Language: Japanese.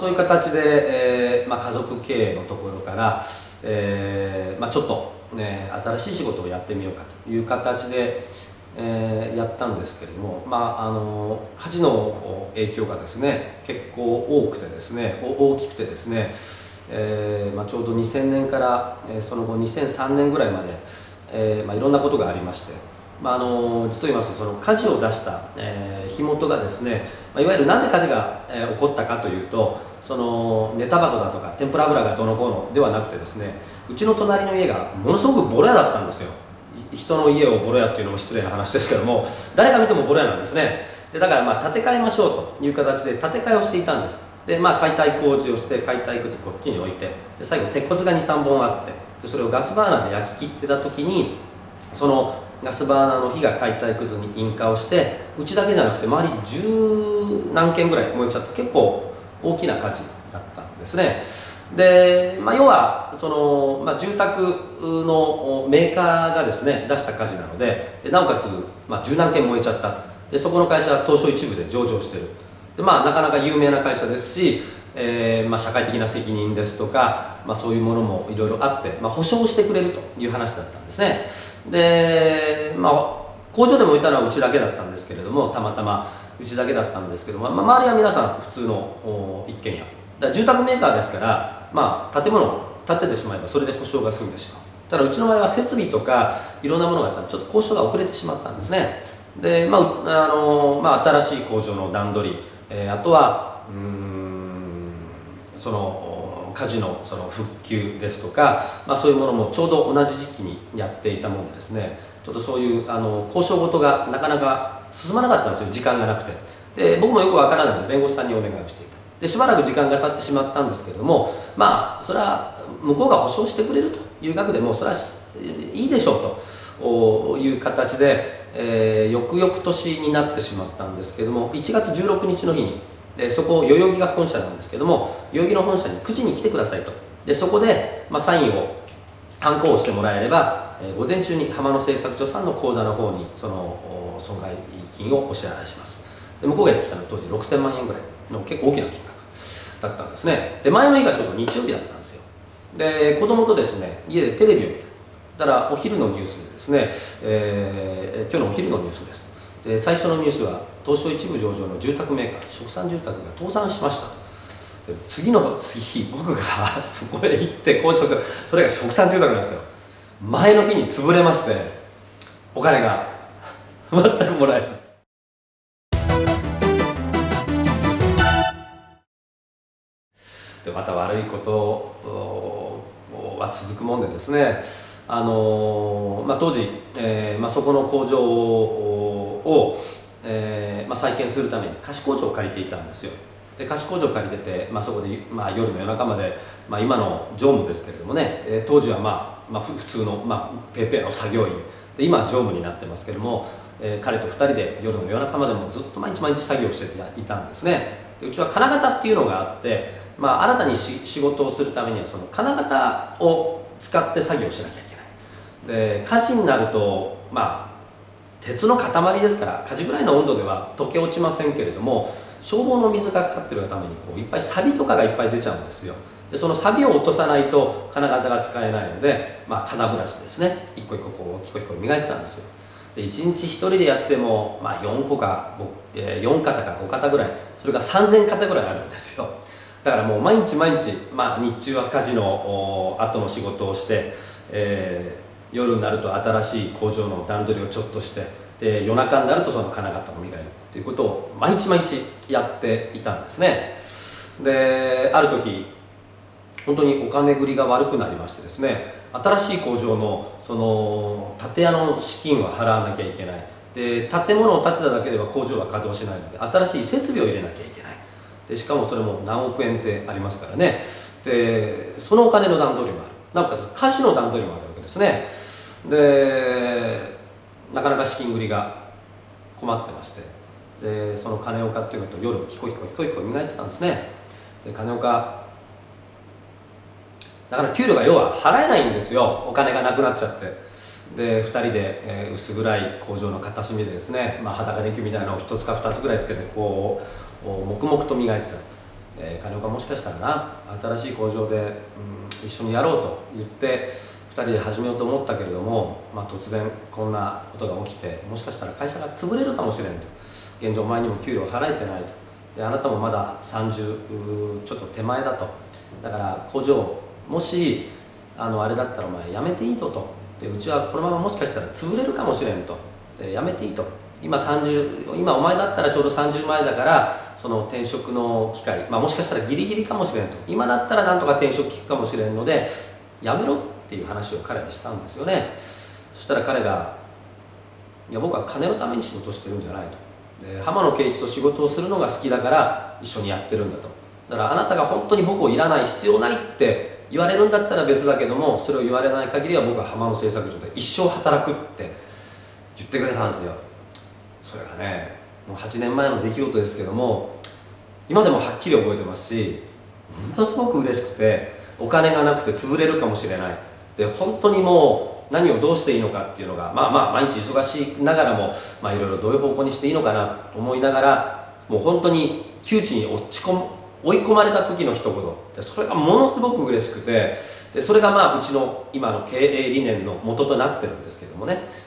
そういう形で、家族経営のところから、ちょっと、新しい仕事をやってみようかという形で、やったんですけれども、火事の影響がですね結構大きくてですね、ちょうど2000年から、その後2003年ぐらいまで、いろんなことがありまして、実を言いますとその火事を出した、火元がですね、いわゆるなんで火事が、起こったかというと、そのネタ箱だとか天ぷら油がどのこうのではなくてですね、うちの隣の家がものすごくボロ屋だったんですよ。人の家をボロ屋っていうのも失礼な話ですけども、誰が見てもボロ屋なんですね。でだから建て替えましょうという形で建て替えをしていたんです。で解体工事をして解体くずこっちに置いて、で最後鉄骨が 2,3 本あって、でそれをガスバーナーで焼き切ってた時に、そのガスバーナーの火が解体くずに引火をして、うちだけじゃなくて周り十何軒ぐらい燃えちゃって、結構大きな火事だったんですね。で、要はその、住宅のメーカーがですね出した火事なので、なおかつ、十何件燃えちゃった。でそこの会社は東証一部で上場してる。でなかなか有名な会社ですし、社会的な責任ですとか、そういうものもいろいろあって、保証してくれるという話だったんですね。で、工場で燃えたのはうちだけだったんですけれども、たまたまうちだけだったんですけども、周りは皆さん普通の一軒家だ、住宅メーカーですから、建物を建ててしまえばそれで保証が済んでしまう。ただうちの場合は設備とかいろんなものがあったらちょっと交渉が遅れてしまったんですね。で、新しい工場の段取り、あとはその火事のその復旧ですとか、そういうものもちょうど同じ時期にやっていたものでですね、ちょっとそういう交渉事がなかなか進まなかったんですよ、時間がなくて。で僕もよくわからないので弁護士さんにお願いをしていた。でしばらく時間が経ってしまったんですけれども、それは向こうが保証してくれるという額でもそれはいいでしょうという形で、翌々年になってしまったんですけれども、1月16日の日に、そこ代々木が本社なんですけども、代々木の本社に9時に来てくださいと。でそこで、サインをハンコをしてもらえれば、午前中に浜野製作所さんの口座の方にその損害金をお支払いします。で向こうがやってきたのは当時6000万円ぐらいの結構大きな金額だったんですね。で前の日がちょうど日曜日だったんですよ。で子供とですね家でテレビを見てたら、お昼のニュースでですね、今日のお昼のニュースです。で最初のニュースは東証一部上場の住宅メーカー殖産住宅が倒産しました。で次僕がそこへ行って交渉した、それが殖産住宅なんですよ。前の日に潰れまして、お金が全くもらえず。でまた悪いことは続くもんでですね、当時、そこの工場を、再建するために貸し工場を借りていたんですよ。で貸し工場を借りてて、そこで、夜の夜中まで、今の常務ですけれどもね、当時は、普通の、ペーペーの作業員で、今は常務になってますけれども、彼と2人で夜の夜中までもずっと毎日作業していたんですね。でうちは金型っていうのがあって、新たに仕事をするためにはその金型を使って作業しなきゃいけない。で火事になると、鉄の塊ですから火事ぐらいの温度では溶け落ちませんけれども、消防の水がかかっているがためにいっぱいサビとかがいっぱい出ちゃうんですよ。でそのサビを落とさないと金型が使えないので、金ブラシですね、一個一個キコキコ磨いてたんですよ。で1日1人でやっても、4個か4型か5型ぐらい、それが3000型ぐらいあるんですよ。だからもう毎日、日中は火事の後の仕事をして、夜になると新しい工場の段取りをちょっとして、で夜中になるとその金型を磨いるっていうことを毎日やっていたんですね。である時本当にお金繰りが悪くなりましてですね、新しい工場のその建屋の資金は払わなきゃいけない。で建物を建てただけでは工場は稼働しないので新しい設備を入れなきゃいけない。でしかもそれも何億円ってありますからね。でそのお金の段取りもある、なおかつ貸しの段取りもあるわけですね。でなかなか資金繰りが困ってまして、でその金岡っていうのと夜キコキコ磨いてたんですね。で金岡だから給料が要は払えないんですよ、お金がなくなっちゃって。で2人で、薄暗い工場の片隅でですね、裸電球みたいなのを1つか2つぐらいつけてこう黙々と磨いてた。 金岡もしかしたらな新しい工場で、一緒にやろうと言って2人で始めようと思ったけれども、突然こんなことが起きて、もしかしたら会社が潰れるかもしれんと。現状お前にも給料払えてないと。であなたもまだ30ちょっと手前だと。だから工場もしあれだったらお前辞めていいぞと。でうちはこのままもしかしたら潰れるかもしれんと。で辞めていいと。今お前だったらちょうど30前だから、その転職の機会、もしかしたらギリギリかもしれんと。今だったらなんとか転職効くかもしれんので辞めろっていう話を彼にしたんですよね。そしたら彼が、いや僕は金のために仕事してるんじゃないと。で浜野圭一と仕事をするのが好きだから一緒にやってるんだと。だからあなたが本当に僕をいらない、必要ないって言われるんだったら別だけども、それを言われない限りは僕は浜野製作所で一生働くって言ってくれたんですよ。それがねもう8年前の出来事ですけども、今でもはっきり覚えてますし、本当にすごく嬉しくて、お金がなくて潰れるかもしれないで、本当にもう何をどうしていいのかっていうのが、毎日忙しいながらも、いろいろどういう方向にしていいのかなと思いながら、もう本当に窮地に追い込まれた時の一言で、それがものすごく嬉しくて、でそれがうちの今の経営理念の元となってるんですけどもね。